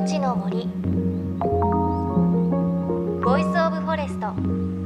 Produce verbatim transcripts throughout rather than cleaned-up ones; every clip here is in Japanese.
命の森ボイスオブフォレスト。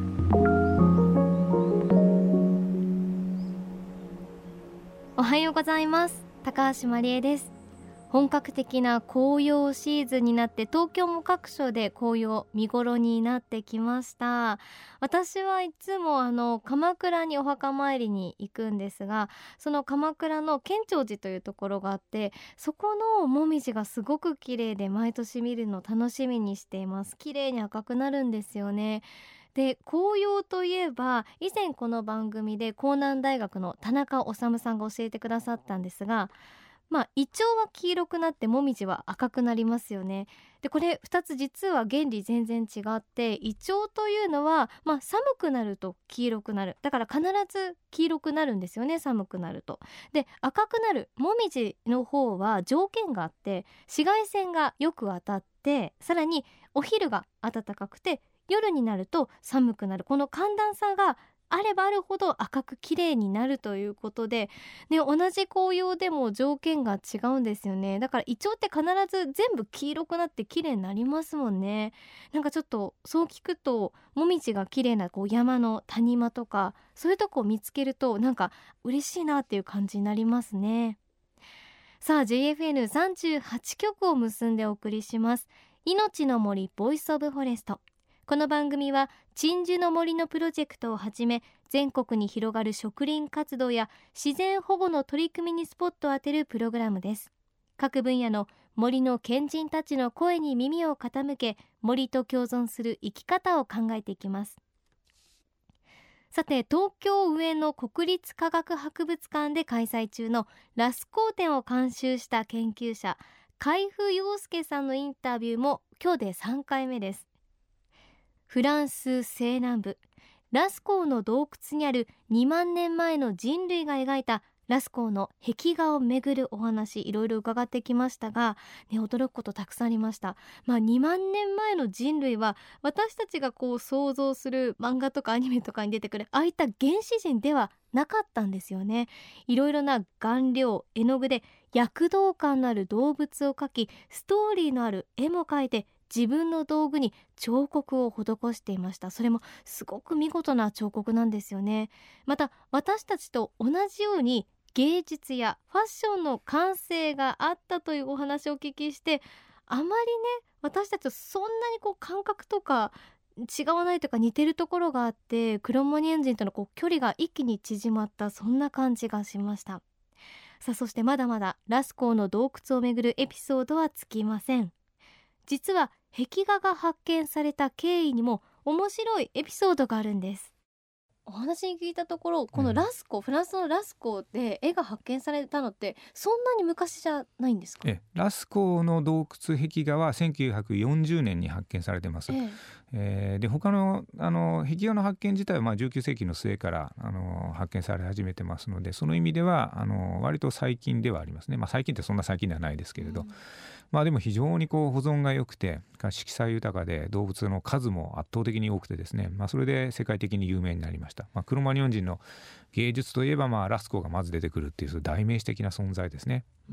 おはようございます。高橋真理恵です。本格的な紅葉シーズンになって東京も各所で紅葉見頃になってきました。私はいつもあの鎌倉にお墓参りに行くんですが、その鎌倉の建長寺というところがあって、そこのもみじがすごく綺麗で毎年見るの楽しみにしています。綺麗に赤くなるんですよね。で、紅葉といえば以前この番組で江南大学の田中治さんが教えてくださったんですが、まあ、イチョウは黄色くなってもみじは赤くなりますよね。で、これふたつ実は原理全然違って、イチョウというのは、まあ、寒くなると黄色くなる。だから必ず黄色くなるんですよね、寒くなると。で、赤くなるもみじの方は条件があって、紫外線がよく当たって、さらにお昼が暖かくて夜になると寒くなる。この寒暖差があればあるほど赤く綺麗になるということで、ね、同じ紅葉でも条件が違うんですよね。だからイチョウって必ず全部黄色くなって綺麗になりますもんね。なんかちょっとそう聞くと、もみじが綺麗なこう山の谷間とかそういうとこを見つけるとなんか嬉しいなっていう感じになりますね。さあ ジェイエフエヌさんじゅうはち 曲を結んでお送りします。命の森ボイスオブフォレスト。この番組は鎮守の森のプロジェクトをはじめ、全国に広がる植林活動や自然保護の取り組みにスポットを当てるプログラムです。各分野の森の賢人たちの声に耳を傾け、森と共存する生き方を考えていきます。さて、東京上野国立科学博物館で開催中のラスコー展を監修した研究者海部陽介さんのインタビューも今日でさんかいめです。フランス西南部ラスコーの洞窟にあるにまんねんまえの人類が描いたラスコーの壁画をめぐるお話、いろいろ伺ってきましたが、ね、驚くことたくさんありました。まあ、にまんねんまえの人類は私たちがこう想像する漫画とかアニメとかに出てくるああいった原始人ではなかったんですよね。いろいろな顔料、絵の具で躍動感のある動物を描き、ストーリーのある絵も描いて自分の道具に彫刻を施していました。それもすごく見事な彫刻なんですよね。また私たちと同じように芸術やファッションの感性があったというお話をお聞きして、あまりね、私たちとそんなにこう感覚とか違わないとか似てるところがあって、クロマニヨン人とのこう距離が一気に縮まった、そんな感じがしました。さあ、そしてまだまだラスコーの洞窟をめぐるエピソードは尽きません。実は壁画が発見された経緯にも面白いエピソードがあるんです。お話に聞いたところ、このラスコ、うん、フランスのラスコで絵が発見されたのってそんなに昔じゃないんですか？ えラスコの洞窟壁画はせんきゅうひゃくよんじゅうねんに発見されてます。ええー、で他の、あの壁画の発見自体はまあじゅうきゅうせいきの末からあの発見され始めてますので、その意味ではあの割と最近ではありますね。まあ、最近ってそんな最近ではないですけれど、うん、まあ、でも非常にこう保存が良くて色彩豊かで動物の数も圧倒的に多くてですね、まあ、それで世界的に有名になりました。まあ、クロマニヨン人の芸術といえば、まあ、ラスコがまず出てくるっていう代名詞的な存在ですね。 うん、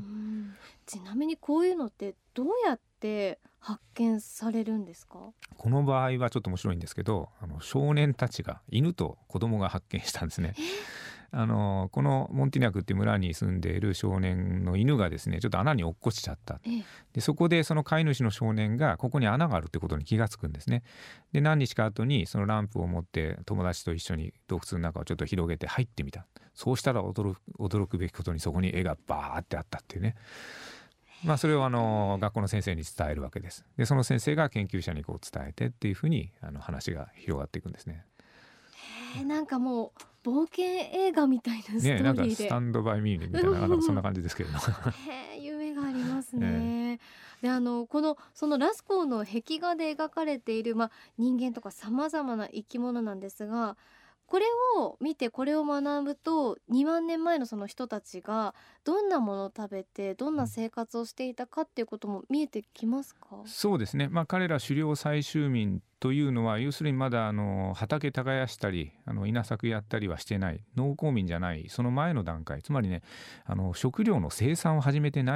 ちなみにこういうのってどうやって発見されるんですか？ この場合はちょっと面白いんですけど、あの少年たちが、犬と子供が発見したんですね。あのこのモンティニャクっていう村に住んでいる少年の犬がですね、ちょっと穴に落っこちちゃった。でそこでその飼い主の少年がここに穴があるってことに気がつくんですね。で何日か後にそのランプを持って友達と一緒に洞窟の中をちょっと広げて入ってみた。そうしたら驚く、驚くべきことにそこに絵がバーってあったっていうね。まあ、それをあの学校の先生に伝えるわけです。でその先生が研究者にこう伝えてっていうふうにあの話が広がっていくんですね。 へー、なんかもう冒険映画みたいなストーリーで、ね、 なんかスタンドバイミーみたいな、なんかそんな感じですけれどへー、夢がありますね。であのこのそのラスコーの壁画で描かれている、まあ、人間とかさまざまな生き物なんですが、これを見てこれを学ぶとにまんねんまえのその人たちがどんなものを食べてどんな生活をしていたかっていうことも見えてきますか？ そうですね、まあ、彼ら狩猟採集民というのは要するにまだあの畑耕したりあの稲作やったりはしてない農耕民じゃない、その前の段階、つまりね、あの食料の生産を始めてない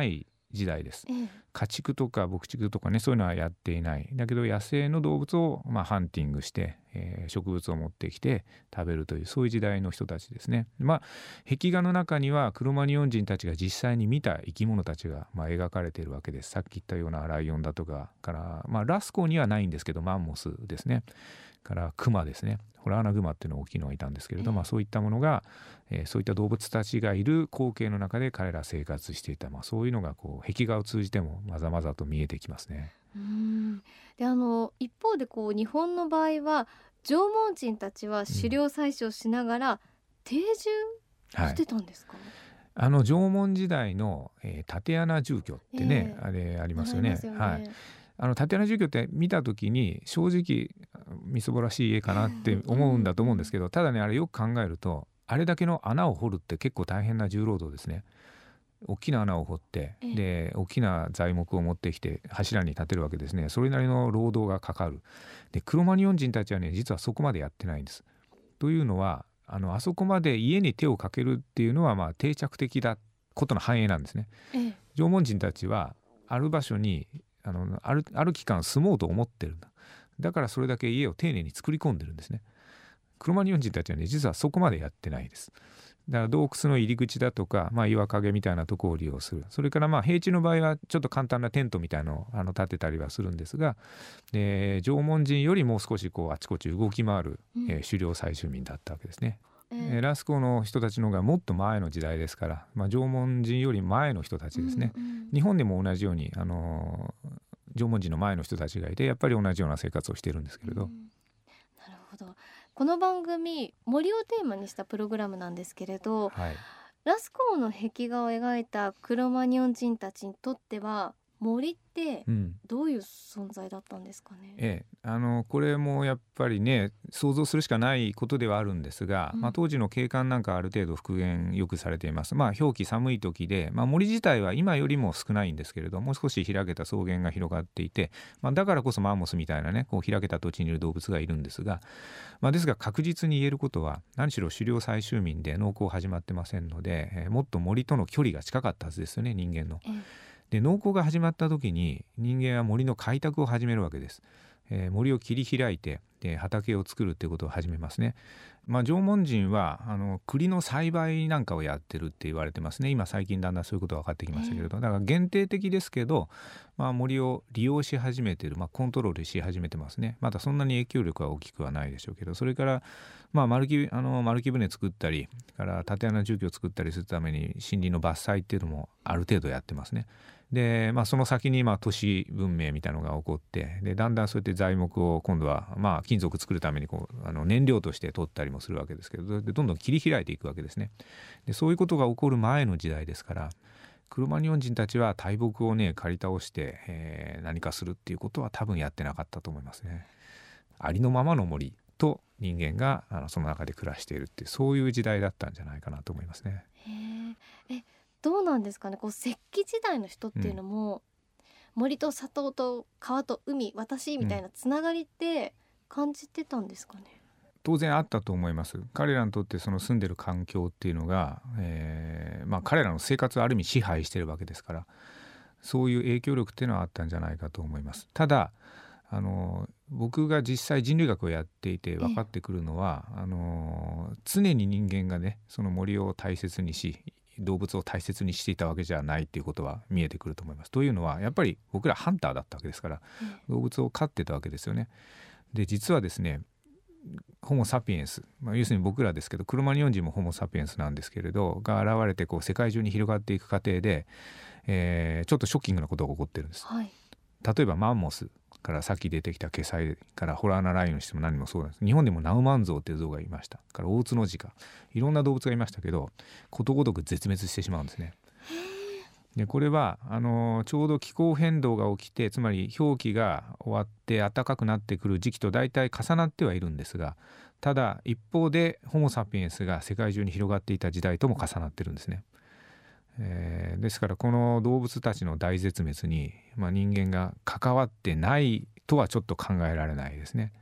時代です。 ええ、 家畜とか牧畜とかね、そういうのはやっていない。だけど野生の動物を、まあ、ハンティングして、えー植物を持ってきて食べるという、そういう時代の人たちですね。まあ壁画の中にはクロマニヨン人たちが実際に見た生き物たちが、まあ、描かれているわけです。さっき言ったようなライオンだとかから、まあ、ラスコーにはないんですけどマンモスですね、からクマですね、ホラアナグマっていうのが大きいのがいたんですけれど、まあ、そういったものが、えーそういった動物たちがいる光景の中で彼ら生活していた、まあ、そういうのがこう壁画を通じてもまざまざと見えてきますね。 うーん。で、あの一方でこう日本の場合は縄文人たちは狩猟採集をしながら定住はいしてたんですか？ あの縄文時代の、えー、竪穴住居ってね、 ええあれありますよね。 習いますよね。 はい、あの竪穴住居って見た時に正直みそぼらしい家かなって思うんだと思うんですけど、ただねあれよく考えるとあれだけの穴を掘るって結構大変な重労働ですね。大きな穴を掘ってええで大きな材木を持ってきて柱に立てるわけですね。それなりの労働がかかる。でクロマニヨン人たちはね実はそこまでやってないんです。というのはあのあそこまで家に手をかけるっていうのはまあ定着的だことの反映なんですね。 ええ縄文人たちはある場所にあのある、ある期間住もうと思ってるんだ。だからそれだけ家を丁寧に作り込んでるんですね。クロマニヨン人たちはね実はそこまでやってないです。だから洞窟の入り口だとか、まあ、岩陰みたいなところを利用する。それからまあ平地の場合はちょっと簡単なテントみたいのをあの建てたりはするんですが、で縄文人よりもう少しこうあちこち動き回る、 うんえー狩猟採集民だったわけですね。 ええーえラスコーの人たちの方がもっと前の時代ですから、まあ、縄文人より前の人たちですね。 うんうん日本でも同じように、あのー縄文人の前の人たちがいてやっぱり同じような生活をしているんですけれど、 うんなるほど。この番組森をテーマにしたプログラムなんですけれど、 はい、 ラスコーの壁画を描いたクロマニヨン人たちにとっては森ってうんどういう存在だったんですかね？ ええ、あのこれもやっぱりね想像するしかないことではあるんですが、 うんまあ、当時の景観なんかある程度復元よくされています。まあ氷期寒い時で、まあ、森自体は今よりも少ないんですけれどもう少し開けた草原が広がっていて、まあ、だからこそマンモスみたいなねこう開けた土地にいる動物がいるんですが、まあ、ですが確実に言えることは何しろ狩猟採集民で農耕始まってませんので、えーもっと森との距離が近かったはずですよね人間の。 ええで農耕が始まった時に人間は森の開拓を始めるわけです。えー森を切り開いてで畑を作るっていうことを始めますね。まあ、縄文人はあの栗の栽培なんかをやってるって言われてますね。今最近だんだんそういうことが分かってきましたけれど、だから限定的ですけど、まあ、森を利用し始めてる、まあ、コントロールし始めてますね。まだそんなに影響力は大きくはないでしょうけど、それから、まあ、丸木あの丸木舟作ったりから竪穴住居を作ったりするために森林の伐採っていうのもある程度やってますね。で、まあ、その先にまあ都市文明みたいなのが起こってでだんだんそうやって材木を今度はまあ金属作るためにこうあの燃料として取ったりもするわけですけどでどんどん切り開いていくわけですね。でそういうことが起こる前の時代ですからクロマニヨン人たちは大木をね刈り倒して、えー何かするっていうことは多分やってなかったと思いますね。ありのままの森と人間があのその中で暮らしているっていうそういう時代だったんじゃないかなと思いますね。 へええどうなんですかね。こう石器時代の人っていうのも、森と里と川と海私みたいなつながりって感じてたんですかね？ 当然あったと思います。彼らにとってその住んでる環境っていうのが、えーまあ、彼らの生活をある意味支配してるわけですからそういう影響力っていうのはあったんじゃないかと思います。ただあの僕が実際人類学をやっていて分かってくるのは、あの常に人間がねその森を大切にし動物を大切にしていたわけじゃないっていうことは見えてくると思います。というのはやっぱり僕らハンターだったわけですから動物を飼ってたわけですよね。で実はですねホモ・サピエンス、まあ、要するに僕らですけどクロマニヨン人もホモ・サピエンスなんですけれどが現れてこう世界中に広がっていく過程で、えーちょっとショッキングなことが起こってるんです。 はい例えばマンモスからさっき出てきたケサイからホラアナライオンにしても何もそうなんです。日本でもナウマンゾウっていう象がいましたからオオツノジカいろんな動物がいましたけどことごとく絶滅してしまうんですね。でこれはあのちょうど気候変動が起きてつまり氷期が終わって暖かくなってくる時期と大体重なってはいるんですがただ一方でホモ・サピエンスが世界中に広がっていた時代とも重なってるんですね。えーですからこの動物たちの大絶滅に、まあ、人間が関わってないとはちょっと考えられないですね。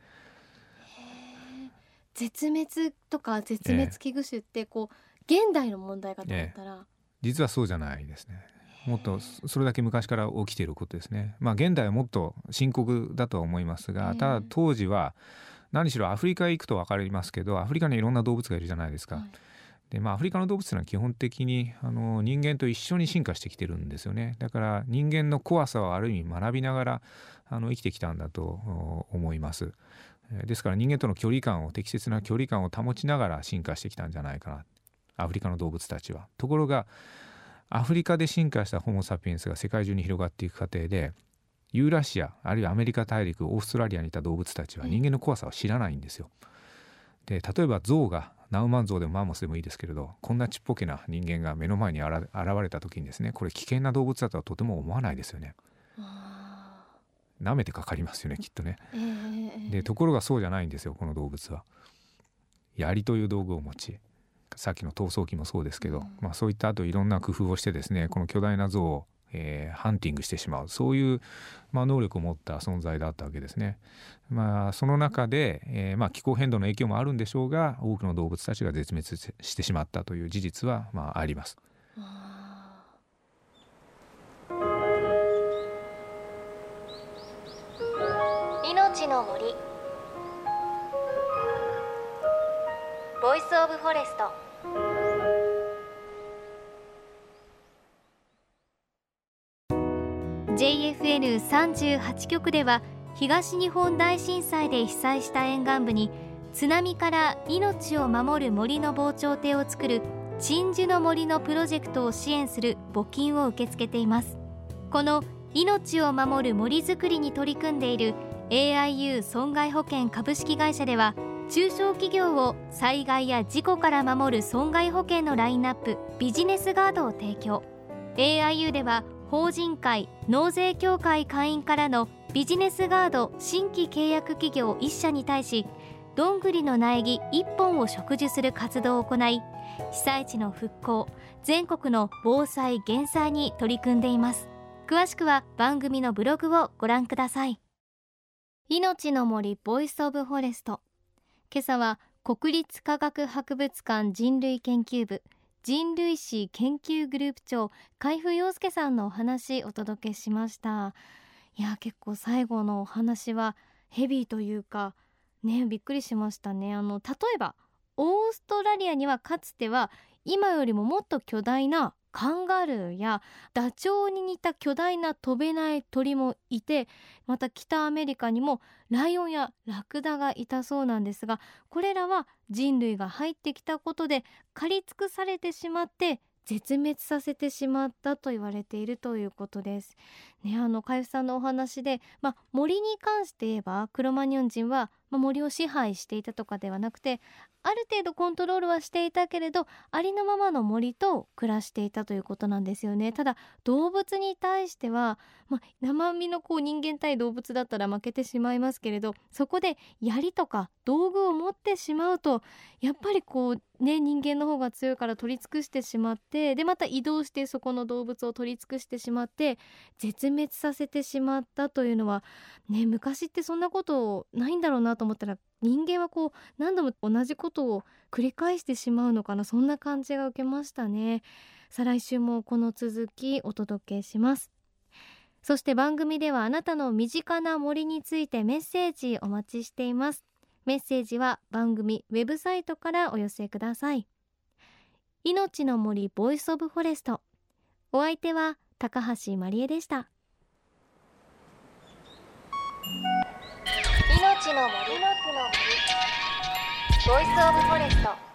絶滅とか絶滅危惧種ってこう、現代の問題かと思ったら、 実はそうじゃないですね。 もっとそれだけ昔から起きていることですね。まあ現代はもっと深刻だとは思いますが、ただ当時は何しろアフリカへ行くと分かりますけど、アフリカにいろんな動物がいるじゃないですか、はい。でまあ、アフリカの動物というのは基本的にあの人間と一緒に進化してきてるんですよね。だから人間の怖さをある意味学びながらあの生きてきたんだと思います。ですから人間との距離感を適切な距離感を保ちながら進化してきたんじゃないかな、アフリカの動物たちは。ところがアフリカで進化したホモ・サピエンスが世界中に広がっていく過程で、ユーラシアあるいはアメリカ大陸、オーストラリアにいた動物たちは人間の怖さを知らないんですよ。で例えば象が、ナウマンゾウでもマンモスでもいいですけれど、こんなちっぽけな人間が目の前に現れた時にですね、これ危険な動物だとはとても思わないですよね。舐めてかかりますよね、きっとね、えー、でところがそうじゃないんですよ。この動物は槍という道具を持ち、さっきの逃走機もそうですけど、うんまあ、そういったあといろんな工夫をしてですね、この巨大な象を、えー、ハンティングしてしまう、そういう、まあ、能力を持った存在だったわけですね。まあ、その中で、えーまあ、気候変動の影響もあるんでしょうが、多くの動物たちが絶滅してしまったという事実は、まあ、あります。 命の森、ボイスオブフォレスト。ジェイエフエヌさんじゅうはち 局では東日本大震災で被災した沿岸部に津波から命を守る森の防潮堤を作る鎮守の森のプロジェクトを支援する募金を受け付けています。この命を守る森づくりに取り組んでいる エーアイユー 損害保険株式会社では、中小企業を災害や事故から守る損害保険のラインナップ、ビジネスガードを提供。 エーアイユー では法人会、納税協会会員からのビジネスガード新規契約企業いっ社に対し、どんぐりの苗木いっぽんを植樹する活動を行い、被災地の復興、全国の防災減災に取り組んでいます。詳しくは番組のブログをご覧ください。命の森ボイスオブフォレスト。今朝は国立科学博物館人類研究部人類史研究グループ長海部陽介さんのお話お届けしました。いや結構最後のお話はヘビーというかね、びっくりしましたね。あの例えばオーストラリアにはかつては今よりももっと巨大なカンガルーやダチョウに似た巨大な飛べない鳥もいて、また北アメリカにもライオンやラクダがいたそうなんですが、これらは人類が入ってきたことで狩り尽くされてしまって絶滅させてしまったと言われているということです、ね、あの海部さんのお話で、まあ、森に関して言えばクロマニョン人は、まあ、森を支配していたとかではなくて、ある程度コントロールはしていたけれどありのままの森と暮らしていたということなんですよね。ただ動物に対しては、まあ、生身のこう人間対動物だったら負けてしまいますけれど、そこで槍とか道具を持ってしまうとやっぱりこうね、人間の方が強いから取り尽くしてしまって、でまた移動してそこの動物を取り尽くしてしまって絶滅させてしまったというのはね、昔ってそんなことないんだろうなと思ったら、人間はこう何度も同じことを繰り返してしまうのかな、そんな感じが受けましたね。再来週もこの続きお届けします。そして番組ではあなたの身近な森についてメッセージお待ちしています。メッセージは番組ウェブサイトからお寄せください。命の森ボイスオブフォレスト。お相手は高橋まりえでした。命の森ボイスオブフォレスト。